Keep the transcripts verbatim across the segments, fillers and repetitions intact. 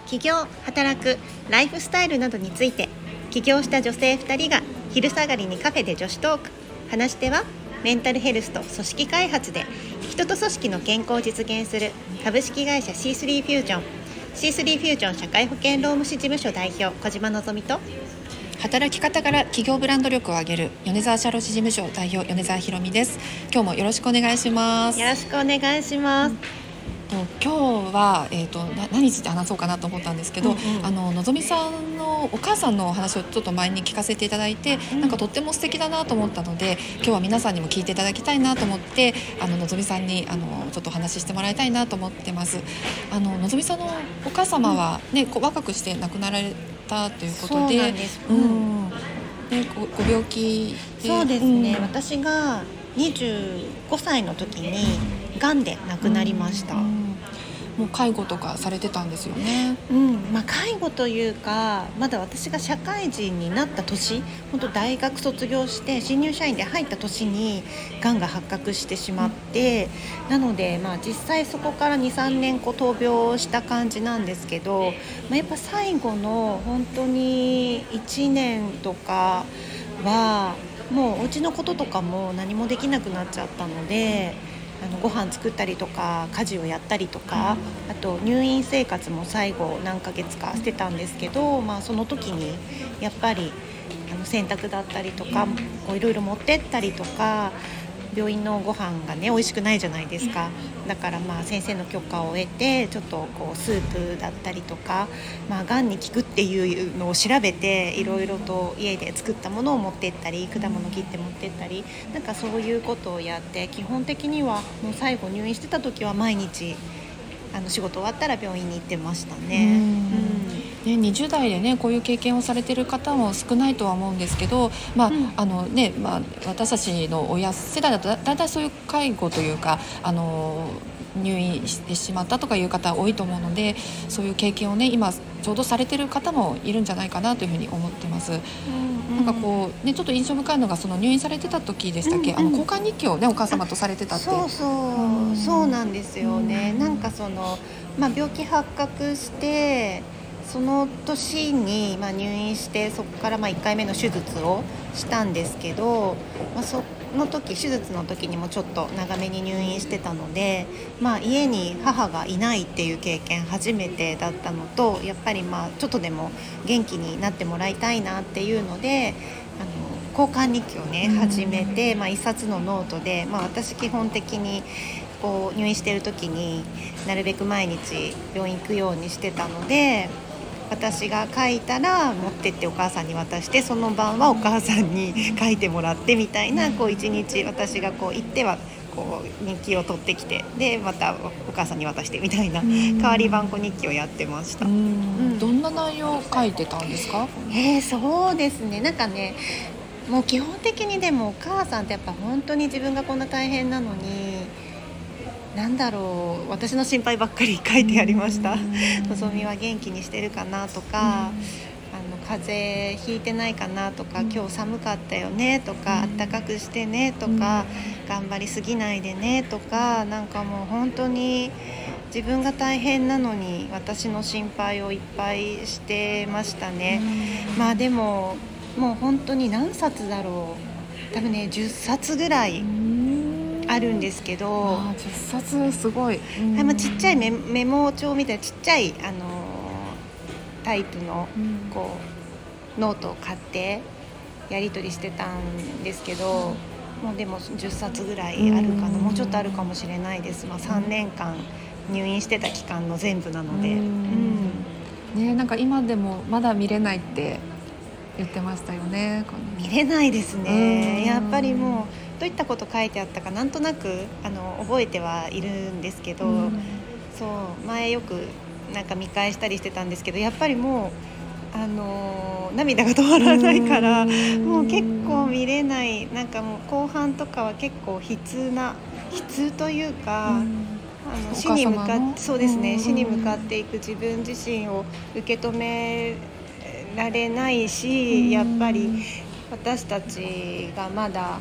起業、働く、ライフスタイルなどについて起業した女性ふたりが昼下がりにカフェで女子トーク。話し手はメンタルヘルスと組織開発で人と組織の健康を実現する株式会社 シースリー フュージョン シースリー フュージョン社会保険労務士事務所代表小島のぞみと、 働き方から企業ブランド力を上げる米沢社労士事務所代表米沢ひろみです。今日もよろしくお願いします。 よろしくお願いします。 今日は、えーと、な何について話そうかなと思ったんですけど、うんうん、あののぞみさんのお母さんのお話をちょっと前に聞かせていただいて、うん、なんかとっても素敵だなと思ったので、今日は皆さんにも聞いていただきたいなと思って、あののぞみさんにあのちょっとお話ししてもらいたいなと思ってます。あののぞみさんのお母様は、ね、うん、若くして亡くなられたということで、 そうなんです、 うん、で ご, ご病気で、 そうですね、うん、私がにじゅうごさいの時にがんで亡くなりました。 うんうん、もう介護とかされてたんですよね。 うんまあ、介護というか、まだ私が社会人になった年、本当大学卒業して新入社員で入った年にがんが発覚してしまって、うん、なので、まあ、実際そこから にさんねんこう闘病した感じなんですけど、まあ、やっぱ最後の本当にいちねんとかはもうお家のこととかも何もできなくなっちゃったので、あのご飯作ったりとか家事をやったりとか、あと入院生活も最後何ヶ月かしてたんですけど、まあ、その時にやっぱりあの洗濯だったりとかいろいろ持ってったりとか、病院のご飯がね美味しくないじゃないですか。だからまあ先生の許可を得てちょっとこうスープだったりとか、まあ、がんに効くっていうのを調べていろいろと家で作ったものを持ってったり、果物切って持ってったり、なんかそういうことをやって、基本的にはもう最後入院してた時は毎日あの仕事終わったら病院に行ってましたね。 うん、ね、にじゅう代でねこういう経験をされている方も少ないとは思うんですけど、まあ、うん、あのねまあ、私たちの親世代だとだだいたいそういう介護というか、あの入院してしまったとかいう方多いと思うので、そういう経験をね今ちょうどされている方もいるんじゃないかなというふうに思ってます。うんうん、なんかこう、ね、ちょっと印象深いのがその入院されてた時でしたっけ、うんうん、あの交換日記をねお母様とされてたって。 そうそう、うん、そうなんですよね。なんかその、まあ、病気発覚してその年に、まあ、入院して、そこからまあいっかいめの手術をしたんですけど、まあ、その時手術の時にもちょっと長めに入院してたので、まあ、家に母がいないっていう経験初めてだったのと、やっぱりまあちょっとでも元気になってもらいたいなっていうので、あの交換日記をね始めて、まあ、一冊のノートで、まあ、私基本的にこう入院している時になるべく毎日病院行くようにしてたので、私が書いたら持ってってお母さんに渡して、その晩はお母さんに書いてもらってみたいな、こう一日私がこう行ってはこう日記を取ってきて、でまたお母さんに渡してみたいな代わり番号日記をやってました。うん、 うん、どんな内容を書いてたんですか？ えー、そうですね、なんかね、もう基本的にでもお母さんってやっぱ本当に自分がこんな大変なのに、なんだろう、私の心配ばっかり書いてありました。のぞみは元気にしてるかなとか、あの風邪ひいてないかなとか、今日寒かったよねとか、あったかくしてねとか、頑張りすぎないでねとか、なんかもう本当に自分が大変なのに私の心配をいっぱいしてましたね。まあでももう本当に何冊だろう、多分ねじゅっさつぐらいあるんですけど、 あ、じゅっさつすごい。 うん、まあ、ちっちゃい メ, メモ帳みたいなちっちゃい、あのー、タイプのこうノートを買ってやり取りしてたんですけど、もうでもじゅっさつぐらいあるかな、もうちょっとあるかもしれないです。まあ、さんねんかん入院してた期間の全部なので、うん、 ね、なんか今でもまだ見れないって言ってましたよね。 見れないですね。やっぱりもうどういったこと書いてあったかなんとなくあの覚えてはいるんですけど、うん、そう前よくなんか見返したりしてたんですけど、やっぱりもう、あのー、涙が止まらないから、うもう結構見れない。なんかもう後半とかは結構悲痛な悲痛というか、うん、あの死に向かってそうですね、死に向かっていく自分自身を受け止められないし、やっぱり私たちがまだ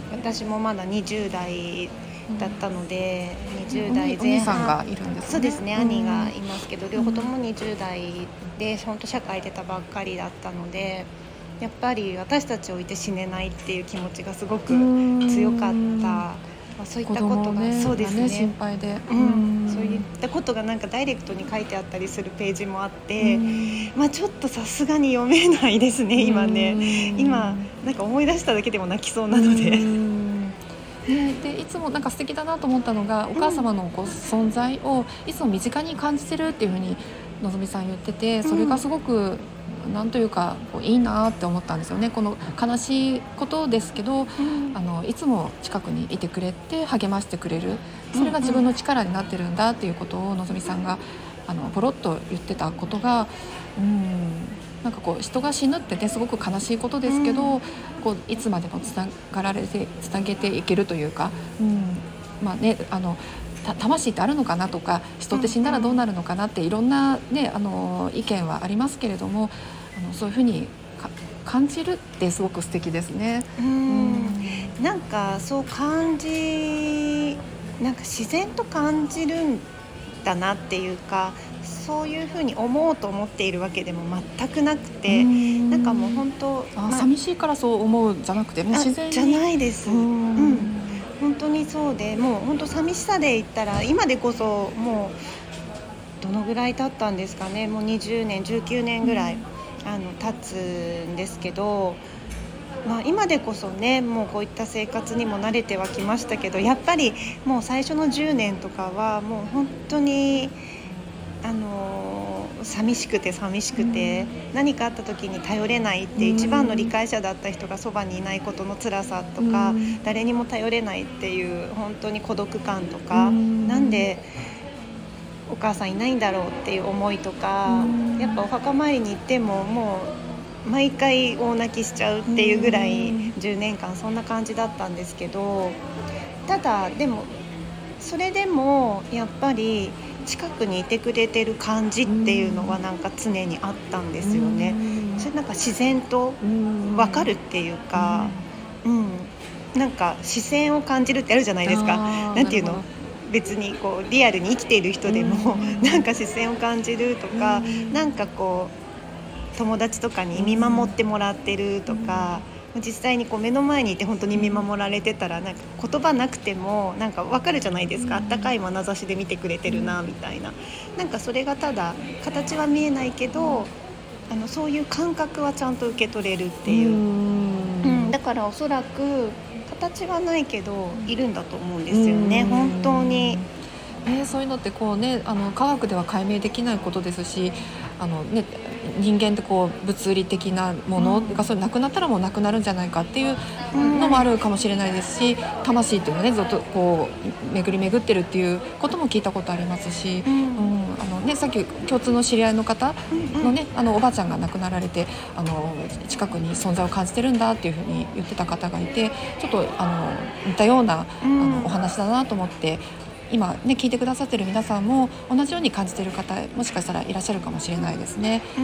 私もまだにじゅう代だったので、 うん、 にじゅう代お兄前半、 さんがいるんですね。 そうですね、 うん、 兄がいますけど、両方ともにじゅう代で本当社会出たばっかりだったので、やっぱり私たちを置いて死ねないっていう気持ちがすごく強かった。まあ、そういったことが、 ね、 そうですね、 心配で、 うん、そういったことがなんかダイレクトに書いてあったりするページもあって、まあ、ちょっとさすがに読めないですね今ね。今なんか思い出しただけでも泣きそうなので。 ね、でいつもなんか素敵だなと思ったのが、お母様のご存在をいつも身近に感じてるっていうふうにのぞみさん言ってて、それがすごくなんというかこういいなって思ったんですよね。この悲しいことですけど、うん、あのいつも近くにいてくれて励ましてくれる、それが自分の力になってるんだっていうことをのぞみさんがあのポロッと言ってたことが、うん、なんかこう人が死ぬってねすごく悲しいことですけど、うん、こういつまでもつながられてつなげていけるというか、うん、まあね、あの魂ってあるのかなとか、人って死んだらどうなるのかなっていろんな、ね、あの意見はありますけれども、あのそういうふうに感じるってすごく素敵ですね。 うん、うん、なんかそう感じなんか自然と感じるんだなっていうか、そういうふうに思おうと思っているわけでも全くなくて、んなんかもう本当、 あ、まあ、寂しいからそう思うじゃなくて、もう自然にじゃないです。うん、本当にそうで、もう本当寂しさで言ったら今でこそもうどのぐらい経ったんですかね、もうにじゅうねんじゅうきゅうねんぐらい、うん、あの経つんですけど、まあ、今でこそねもうこういった生活にも慣れてはきましたけど、やっぱりもう最初のじゅうねんとかはもう本当にあの寂しくて寂しくて、何かあった時に頼れないって一番の理解者だった人がそばにいないことの辛さとか、誰にも頼れないっていう本当に孤独感とか、なんでお母さんいないんだろうっていう思いとか、やっぱお墓参りに行ってももう毎回大泣きしちゃうっていうぐらいじゅうねんかんそんな感じだったんですけど、ただでもそれでもやっぱり近くにいてくれてる感じっていうのはなんか常にあったんですよね。それなんか自然と分かるっていうか、うん、なんか視線を感じるってあるじゃないですか。なんていうの、別にこうリアルに生きている人でもなんか視線を感じるとか、なんかこう友達とかに見守ってもらってるとか、実際にこう目の前にいて本当に見守られてたら、なんか言葉なくてもなんか分かるじゃないですか。あったかい眼差しで見てくれてるなみたいな、なんかそれがただ形は見えないけど、あのそういう感覚はちゃんと受け取れるっていう、うん、だからおそらく形はないけどいるんだと思うんですよね、本当に。 ね、そういうのってこう、ね、あの科学では解明できないことですし、あの、ね、人間ってこう物理的なものがそれなくなったらもうなくなるんじゃないかっていうのもあるかもしれないですし、魂っていうのはねずっとこう巡り巡ってるっていうことも聞いたことありますし、うん、あのね、さっき共通の知り合いの方のね、あのおばあちゃんが亡くなられて、あの近くに存在を感じてるんだっていうふうに言ってた方がいて、ちょっとあの似たようなあのお話だなと思って、今ね聞いてくださってる皆さんも同じように感じている方もしかしたらいらっしゃるかもしれないですね。うん、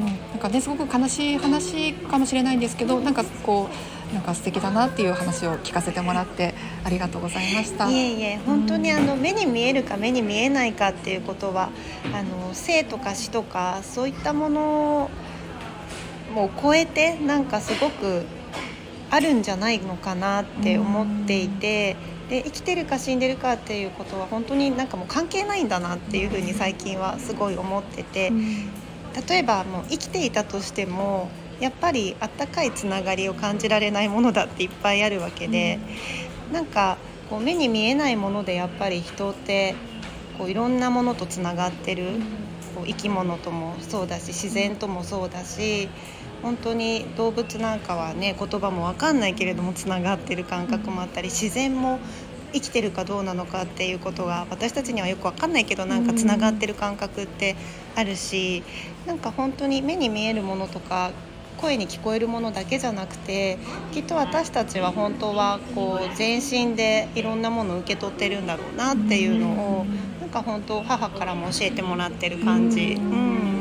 なんかねすごく悲しい話かもしれないんですけど、なんかこうなんか素敵だなっていう話を聞かせてもらってありがとうございました。 いえいえ、本当にあの目に見えるか目に見えないかっていうことは、あの生とか死とかそういったものを超えてなんかすごくあるんじゃないのかなって思っていて、で生きてるか死んでるかっていうことは本当になんかもう関係ないんだなっていうふうに最近はすごい思ってて、例えばもう生きていたとしてもやっぱりあったかいつながりを感じられないものだっていっぱいあるわけで、なんかこう目に見えないものでやっぱり人ってこういろんなものとつながってる、こう生き物ともそうだし自然ともそうだし、本当に動物なんかはね言葉も分かんないけれどもつながってる感覚もあったり、自然も生きてるかどうなのかっていうことが私たちにはよく分かんないけどなんかつながってる感覚ってあるし、なんか本当に目に見えるものとか声に聞こえるものだけじゃなくて、きっと私たちは本当はこう全身でいろんなものを受け取ってるんだろうなっていうのをなんか本当母からも教えてもらってる感じ。うん、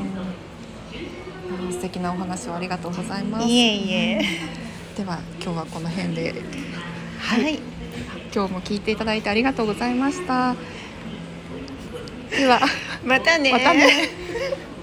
素敵なお話をありがとうございます。 いえいえ。 では今日はこの辺ではい、はい、 今日も聞いていただいてありがとうございました。ではまたね。 またね。